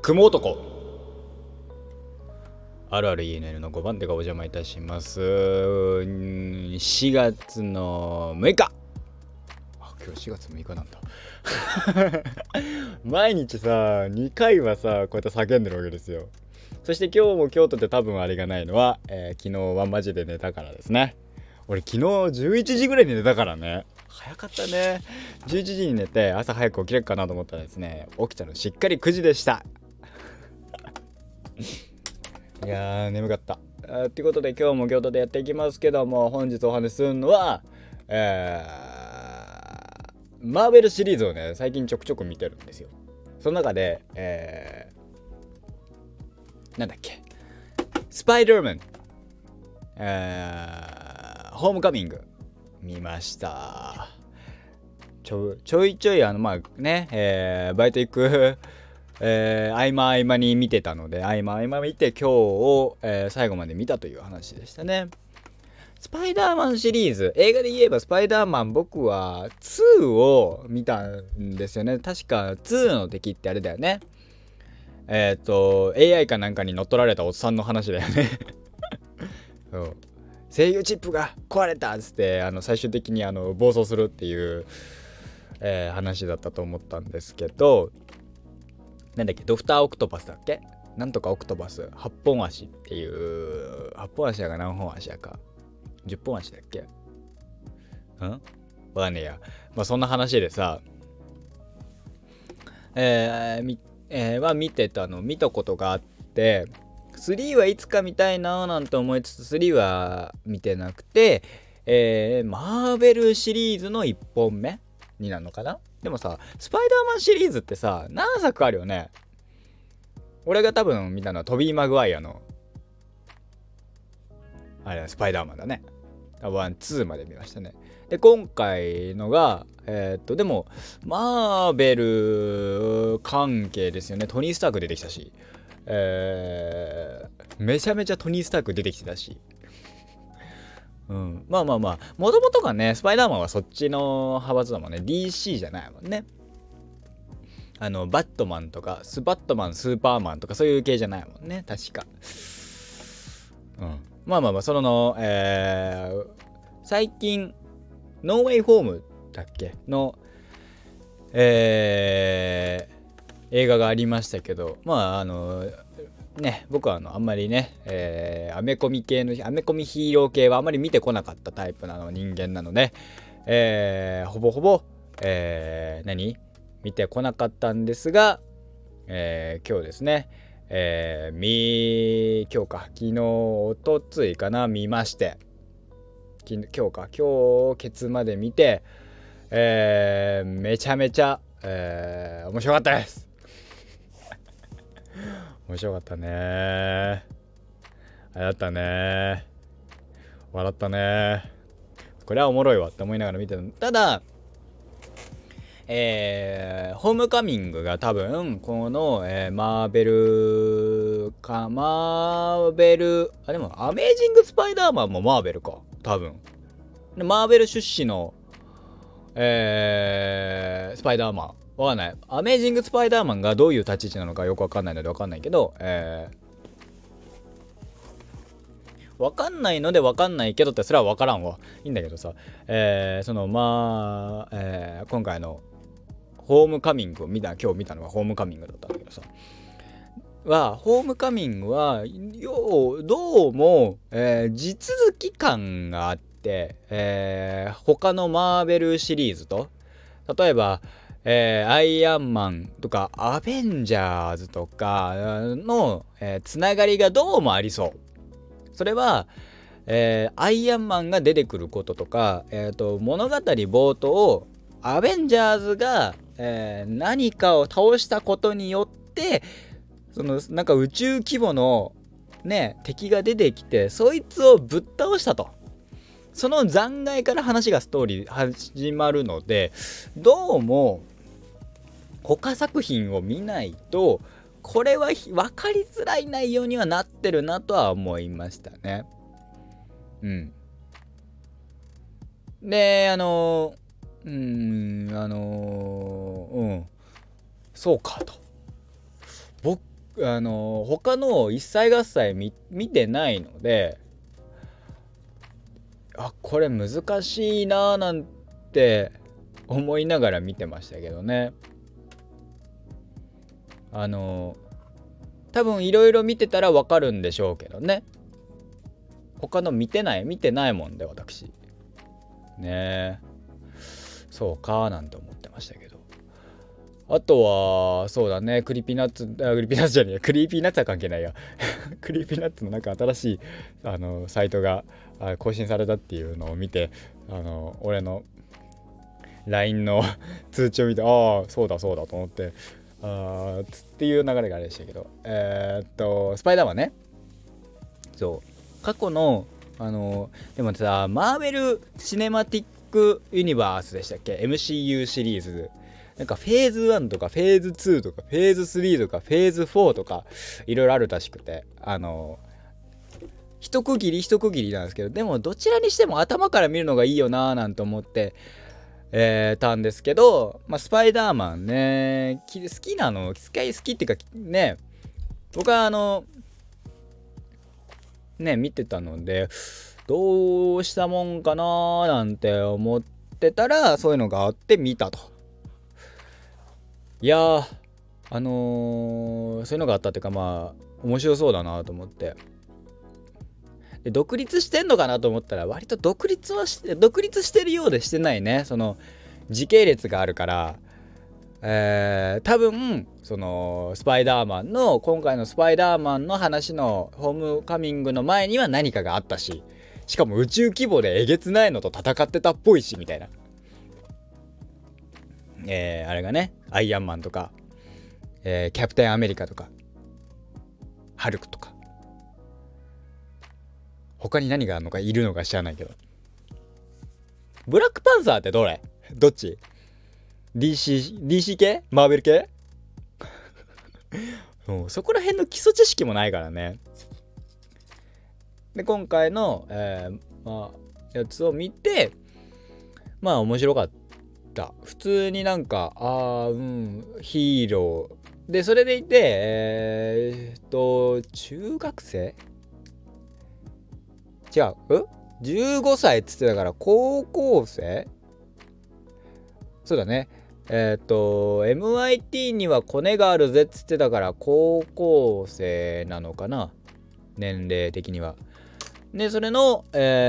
雲男あるある ENL の5番手がお邪魔いたします。4月の6日。今日4月6日なんだ毎日さ2回はさこうやって叫んでるわけですよ。そして今日も京都で多分あれがないのは、昨日はマジで寝たからですね。俺昨日11時ぐらいに寝たからね。早かったね。11時に寝て朝早く起きれるかなと思ったらですね、起きたのしっかり9時でしたいやー眠かった。ということで今日も京都でやっていきますけども、本日お話しするのは、マーベルシリーズをね最近ちょくちょく見てるんですよ。その中で、なんだっけ、スパイダーマン、ホームカミング見ました。ちょいちょいまあね、バイト行く合間に見てたので、合間見て今日を、最後まで見たという話でしたね。スパイダーマンシリーズ、映画で言えばスパイダーマン、僕は2を見たんですよね。確か2の敵ってあれだよね。AI かなんかに乗っ取られたおっさんの話だよねそう、制御チップが壊れたっつって最終的に暴走するっていう、話だったと思ったんですけど、なんだっけ、ドクターオクトパスだっけ、なんとかオクトパス8本足っていう、8本足やが何本足やか10本足だっけ、わかんねえや。まあそんな話でさ、見てたの見たことがあって、3はいつか見たいなーなんて思いつつ3は見てなくて、マーベルシリーズの1本目になるのかな。でもさ、スパイダーマンシリーズってさ何作あるよね。俺が多分見たのはトビー・マグワイアのあれスパイダーマンだね。1、2まで見ましたね。で今回のがでもマーベル関係ですよね。トニー・スターク出てきたし、めちゃめちゃトニー・スターク出てきてたし、まあもともとがねスパイダーマンはそっちの派閥だもんね。 DC じゃないもんね。バットマンとかバットマンスーパーマンとかそういう系じゃないもんね確か。まあその最近ノーウェイホームだっけの、映画がありましたけど、まあ僕はあんまりね、アメコミヒーロー系はあんまり見てこなかったタイプな人間なので、ほぼほぼ、見てこなかったんですが、今日ですね、今日か昨日おとついかな見まして、今日ケツまで見て、めちゃめちゃ、面白かったです面白かったね。あれだったね。笑ったね。これはおもろいわって思いながら見てた。ただホームカミングが多分この、マーベルでもアメージングスパイダーマンもマーベルか多分で、マーベル出資の、スパイダーマンわかんない。アメージングスパイダーマンがどういう立ち位置なのかよくわかんないのでわかんないけど、わかんないのでわかんないけどってそれはわからんわ。いいんだけどさ、その今回のホームカミングを今日見たのがホームカミングだったんだけどさ、ホームカミングはどうも、地続き感があって、他のマーベルシリーズと例えば、アイアンマンとかアベンジャーズとかの、つながりがどうもありそう。それは、アイアンマンが出てくることとか、物語冒頭アベンジャーズが、何かを倒したことによってそのなんか宇宙規模のね敵が出てきてそいつをぶっ倒したと、その残骸から話がストーリー始まるので、どうも他作品を見ないとこれは分かりづらい内容にはなってるなとは思いましたね。でそうかと。 他の一切合切見てないので、これ難しいなーなんて思いながら見てましたけどね。多分いろいろ見てたらわかるんでしょうけどね。他の見てないもんで、私ねえ、そうかなんて思ってましたけど。あとはそうだね、クリーピーナッツじゃねえ、クリーピーナッツは関係ないやクリーピーナッツのなんか新しいサイトが更新されたっていうのを見て、俺の LINE の通知を見て、そうだと思って、っていう流れがあれでしたけど、スパイダーマンね。そう過去のでもさ、マーベルシネマティックユニバースでしたっけ、 MCU シリーズ、なんかフェーズ1とかフェーズ2とかフェーズ3とかフェーズ4とかいろいろあるらしくて、一区切りなんですけど、でもどちらにしても頭から見るのがいいよなーなんて思ってたんですけど、スパイダーマンね、好きっていうかね、僕は見てたので、どうしたもんかなーなんて思ってたら、そういうのがあって見たと。いやー、そういうのがあったっていうか、面白そうだなと思って。で、独立してんのかなと思ったら、割と独立してるようでしてないね。その時系列があるから、多分その今回のスパイダーマンの話のホームカミングの前には何かがあったし、しかも宇宙規模でえげつないのと戦ってたっぽいしみたいな、あれがね、アイアンマンとか、キャプテンアメリカとかハルクとか、他に何があるのかいるのか知らないけど、ブラックパンサーってどっち？ DC 系？マーベル系？もうそこら辺の基礎知識もないからね。で今回の、やつを見て、面白かった。普通になんかヒーローで、それでいて中学生？違う？15歳っつってたから高校生？そうだね。MIT にはコネがあるぜっつってたから高校生なのかな、年齢的には。でそれの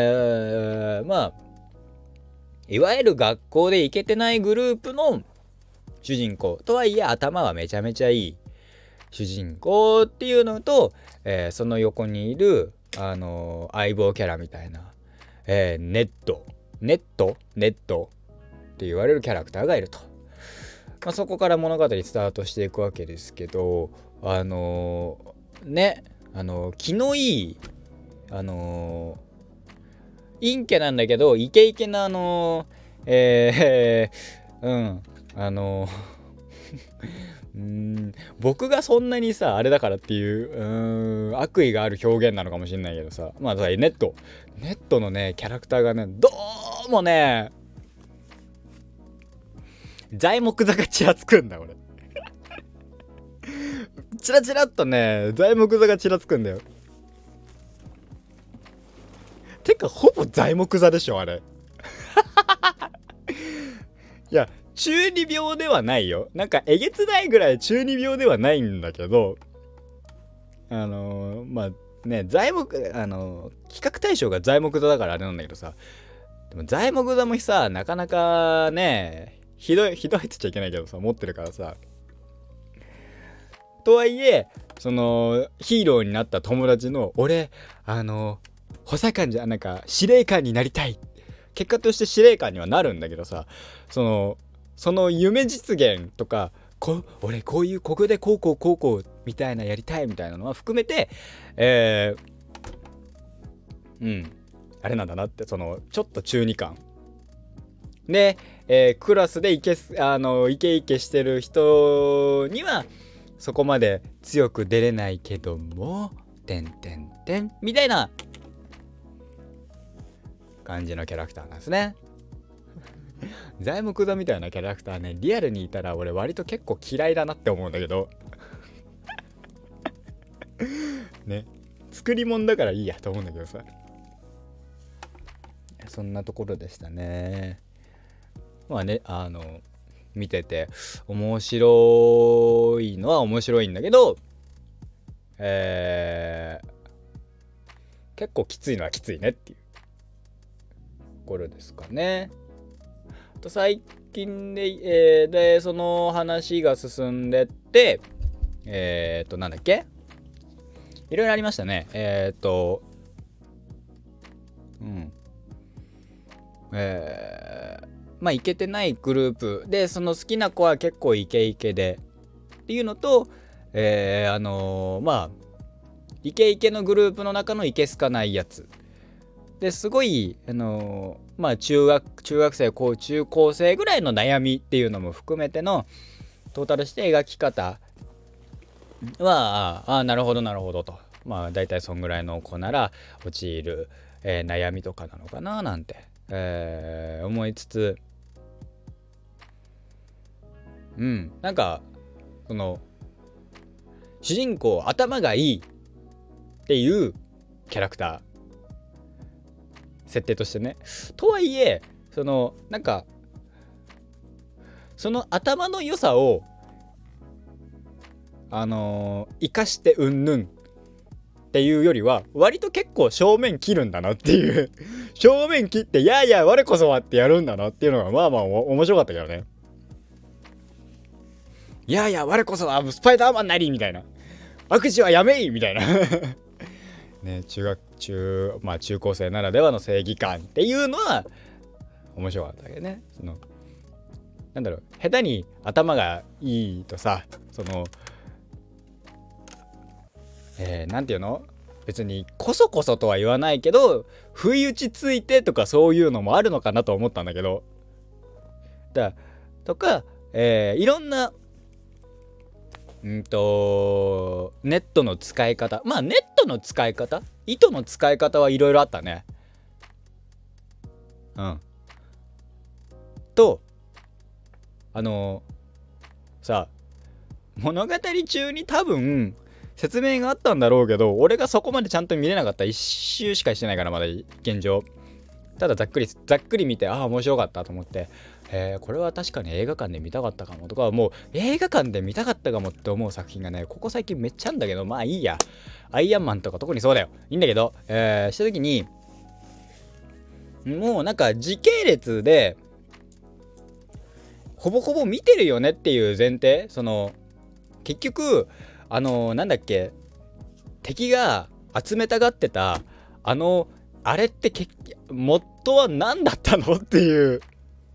いわゆる学校でイケてないグループの主人公とはいえ、頭はめちゃめちゃいい主人公っていうのと、その横にいる相棒キャラみたいな、ネットって言われるキャラクターがいると。そこから物語スタートしていくわけですけど、気のいい陰キャなんだけどイケイケな僕がそんなにさあれだからっていう悪意がある表現なのかもしれないけどさ、ネットのねキャラクターがね、どうもね材木座がちらつくんだ俺チラチラっとね材木座がちらつくんだよ。てかほぼ材木座でしょあれいや中二病ではないよ、なんかえげつないぐらい中二病ではないんだけど、材木比較対象が材木座だからあれなんだけどさ、でも材木座もさなかなかねひどいって言っちゃいけないけどさ持ってるからさ、とはいえそのヒーローになった友達の俺補佐官じゃなんか司令官になりたい、結果として司令官にはなるんだけどさ、その夢実現とか俺ここでこうみたいなやりたいみたいなのは含めてあれなんだなって、そのちょっと中二感で、クラスでイケイケしてる人にはそこまで強く出れないけどもみたいな感じのキャラクターなんですね。材木座みたいなキャラクターね、リアルにいたら俺割と結構嫌いだなって思うんだけどね、作り物だからいいやと思うんだけどさ、そんなところでしたね。まあね、見てて面白いのは面白いんだけど、結構きついのはきついねっていうところですかね。あと最近で、その話が進んでって、なんだっけ、いろいろありましたね。まあイケてないグループで、その好きな子は結構イケイケでっていうのと、まあイケイケのグループの中のイケすかないやつですごいまあ中学生中高生ぐらいの悩みっていうのも含めてのトータルして描き方はなるほどなるほどと、まあ大体そんぐらいの子なら陥る、悩みとかなのかななんて、思いつつ、なんかその主人公頭がいいっていうキャラクター設定としてね、とはいえなんかその頭の良さを生かしてうんぬんっていうよりは割と結構正面切るんだなっていう正面切っていやいや我こそはってやるんだなっていうのがまあまあ面白かったけどね。いやいや我こそはスパイダーマンなりみたいな、悪事はやめいみたいなね、まあ中高生ならではの正義感っていうのは面白かったけどね。なんだろう、下手に頭がいいとさ、なんていうの、別にこそこそとは言わないけど不意打ちついてとかそういうのもあるのかなと思ったんだけど、とか、いろんなネットの使い方、まあネットの使い方、糸の使い方はいろいろあったね。とさ、物語中に多分説明があったんだろうけど、俺がそこまでちゃんと見れなかった。一周しかしてないからまだ現状。ただざっくり見て、面白かったと思って、これは確かに映画館で見たかったかもとか、もう映画館で見たかったかもって思う作品がね、ここ最近めっちゃあんだけど、まあいいや。アイアンマンとか特にそうだよ。いいんだけど、した時にもうなんか時系列でほぼほぼ見てるよねっていう前提、結局なんだっけ、敵が集めたがってたあれって元は何だったのっていう、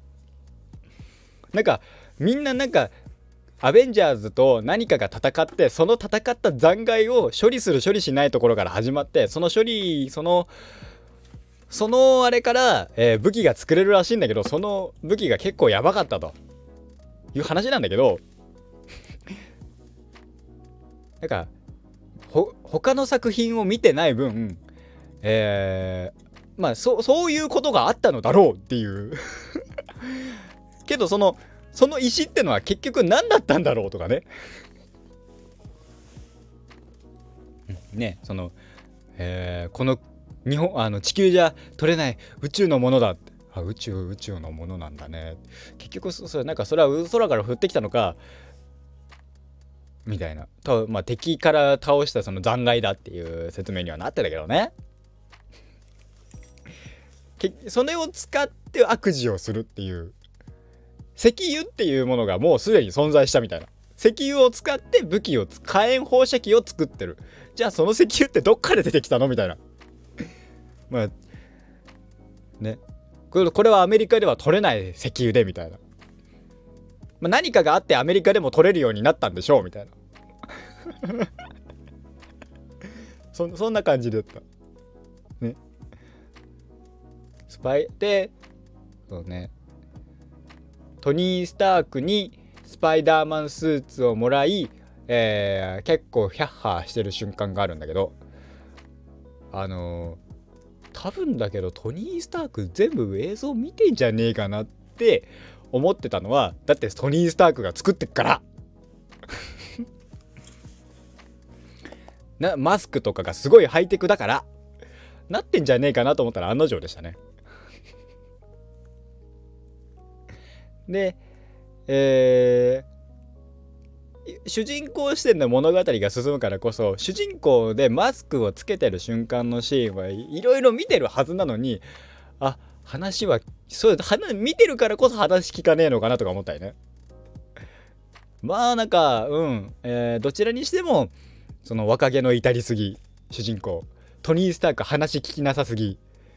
なんかみんななんかアベンジャーズと何かが戦って、その戦った残骸を処理しないところから始まって、そのあれから、武器が作れるらしいんだけど、その武器が結構やばかったという話なんだけど、なんか他の作品を見てない分、まあそういうことがあったのだろうっていうけどその石ってのは結局何だったんだろうとかねね、この日本地球じゃ取れない宇宙のものだって、宇宙のものなんだね、結局なんかそれは空から降ってきたのかみたいなまあ敵から倒したその残骸だっていう説明にはなってたけどね。それを使って悪事をするっていう、石油っていうものがもうすでに存在したみたいな、石油を使って武器を火炎放射器を作ってる、じゃあその石油ってどっから出てきたのみたいなまあね、これはアメリカでは取れない石油でみたいな、まあ、何かがあってアメリカでも取れるようになったんでしょうみたいなそんな感じだったね。スパイでそうね、トニー・スタークにスパイダーマンスーツをもらい、結構ヒャッハーしてる瞬間があるんだけど、多分だけどトニー・スターク全部映像見てんじゃねえかなって思ってたのは、だってトニー・スタークが作ってっからマスクとかがすごいハイテクだからなってんじゃねえかなと思ったら案の定でしたね。で、主人公視点の物語が進むからこそ、主人公でマスクをつけてる瞬間のシーンはいろいろ見てるはずなのに、話はそう見てるからこそ話聞かねえのかなとか思ったりね。まあなんかどちらにしてもその若気の至りすぎ主人公トニー・スターク話聞きなさすぎ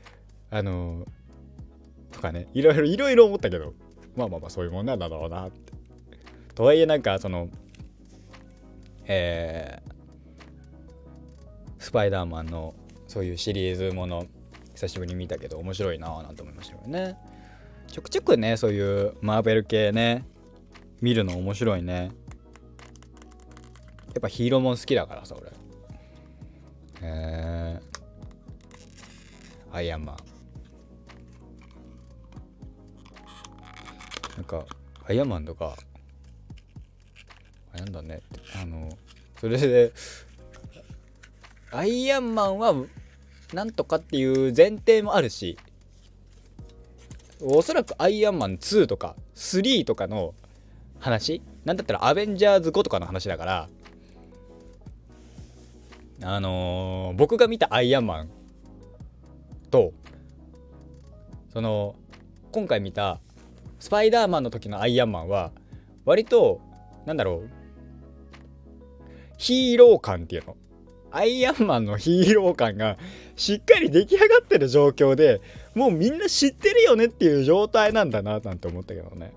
とかね、いろいろ思ったけど、まあそういうもんなんだろうなって。とはいえなんかそのスパイダーマンのそういうシリーズもの久しぶりに見たけど面白いなぁなんて思いましたよね。ちょくちょくねそういうマーベル系ね見るの面白いね。やっぱヒーローもん好きだからさ俺。アイアンマンなんかアイアンマンとかなんだねそれでアイアンマンはなんとかっていう前提もあるし、おそらくアイアンマン2とか3とかの話なんだったらアベンジャーズ5とかの話だから、僕が見たアイアンマンとその今回見たスパイダーマンの時のアイアンマンは割となんだろうヒーロー感っていうの、アイアンマンのヒーロー感がしっかり出来上がってる状況でもうみんな知ってるよねっていう状態なんだななんて思ったけどね。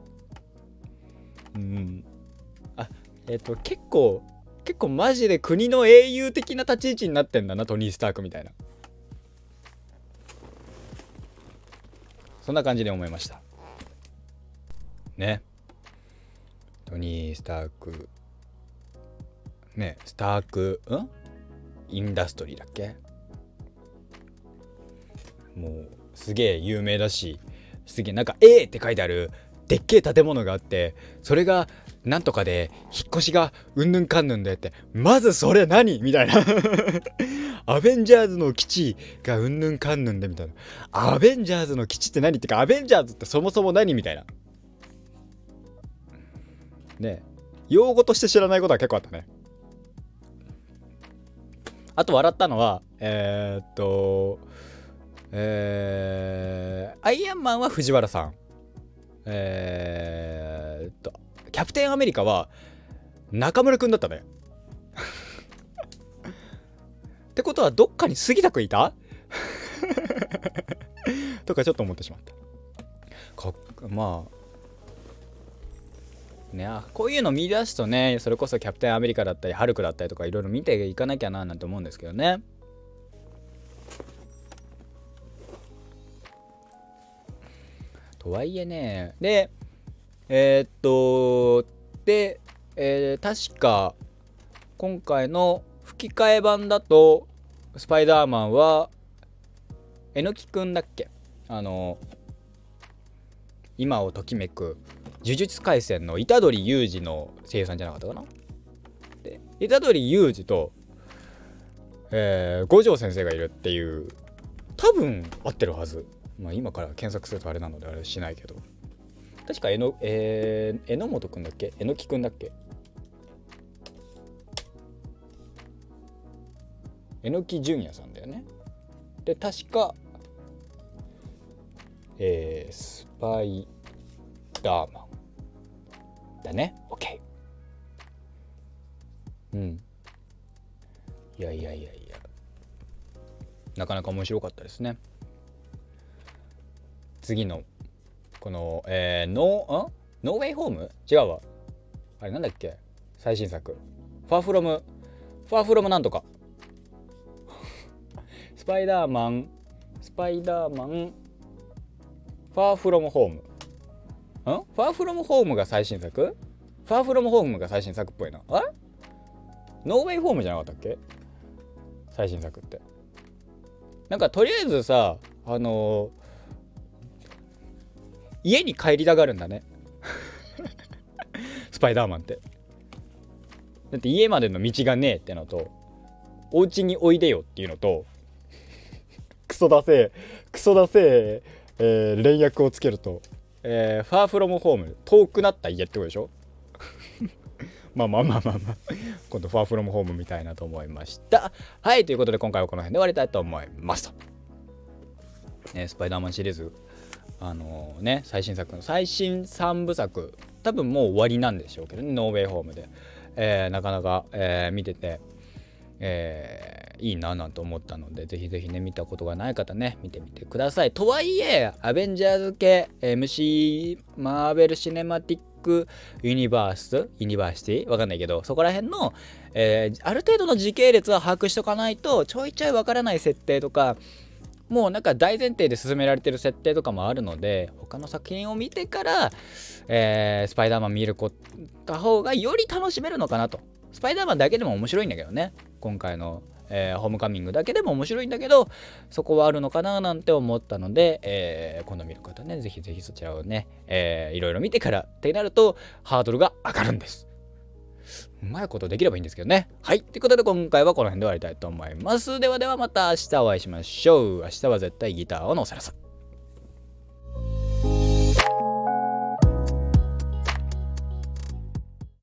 結構マジで国の英雄的な立ち位置になってんだなトニー・スタークみたいな、そんな感じで思いましたね。トニー・スタークね、スタークインダストリーだっけ、もうすげえ有名だし、すげえなんか A って書いてあるでっけえ建物があって、それがなんとかで引っ越しがうんぬんかんぬんでって、まずそれ何みたいなアベンジャーズの基地がうんぬんかんぬんでみたいな、アベンジャーズの基地って何ってか、アベンジャーズってそもそも何みたいなね、用語として知らないことは結構あったね。あと笑ったのはアイアンマンは藤原さん、キャプテンアメリカは中村くんだったねってことはどっかに杉田くんいたとかちょっと思ってしまった。まあね、こういうの見出すとね、それこそキャプテンアメリカだったりハルクだったりとかいろいろ見ていかなきゃななんて思うんですけどね。とはいえね、で確か今回の吹き替え版だとスパイダーマンは榎木くんだっけ、今をときめく呪術廻戦の虎杖裕二の声優さんじゃなかったかな。で虎杖裕二と、五条先生がいるっていう、多分合ってるはず。まあ今から検索するとあれなのであれしないけど、確か榎本くんだっけ、榎木くんだっけ、榎木純也さんだよね。で確かスパイダーマンだね。 OK。 いやなかなか面白かったですね。次のこのノーウェイホーム違うわ、あれなんだっけ、最新作ファーフロムなんとかスパイダーマンファーフロムホームファーフロムホームが最新作、ファーフロムホームが最新作っぽいな。あれノーウェイホームじゃなかったっけ最新作って。なんかとりあえずさ家に帰りたがるんだねスパイダーマンって。だって家までの道がねえってのと、 お家においでよっていうのと、クソだせ連訳をつけると、ファーフロムホーム、遠くなった家ってことでしょ。まあ今度ファーフロムホームみたいなと思いました。はい、ということで今回はこの辺で終わりたいと思いますと。スパイダーマンシリーズ最新作の最新3部作、多分もう終わりなんでしょうけどね、ノーウェイホームで、なかなか、見てて、いいななんて思ったので、ぜひぜひね見たことがない方ね見てみてください。とはいえアベンジャーズ系 マーベルシネマティックユニバーシティわかんないけど、そこら辺の、ある程度の時系列は把握しとかないとちょいちょいわからない設定とか、もうなんか大前提で進められてる設定とかもあるので、他の作品を見てから、スパイダーマン見るた方がより楽しめるのかなと。スパイダーマンだけでも面白いんだけどね、今回の、ホームカミングだけでも面白いんだけど、そこはあるのかななんて思ったので、今度見る方ね、ぜひぜひそちらをね、いろいろ見てからってなるとハードルが上がるんです。うまいことできればいいんですけどね。はい。ということで今回はこの辺で終わりたいと思います。ではではまた明日お会いしましょう。明日は絶対ギターを乗せます。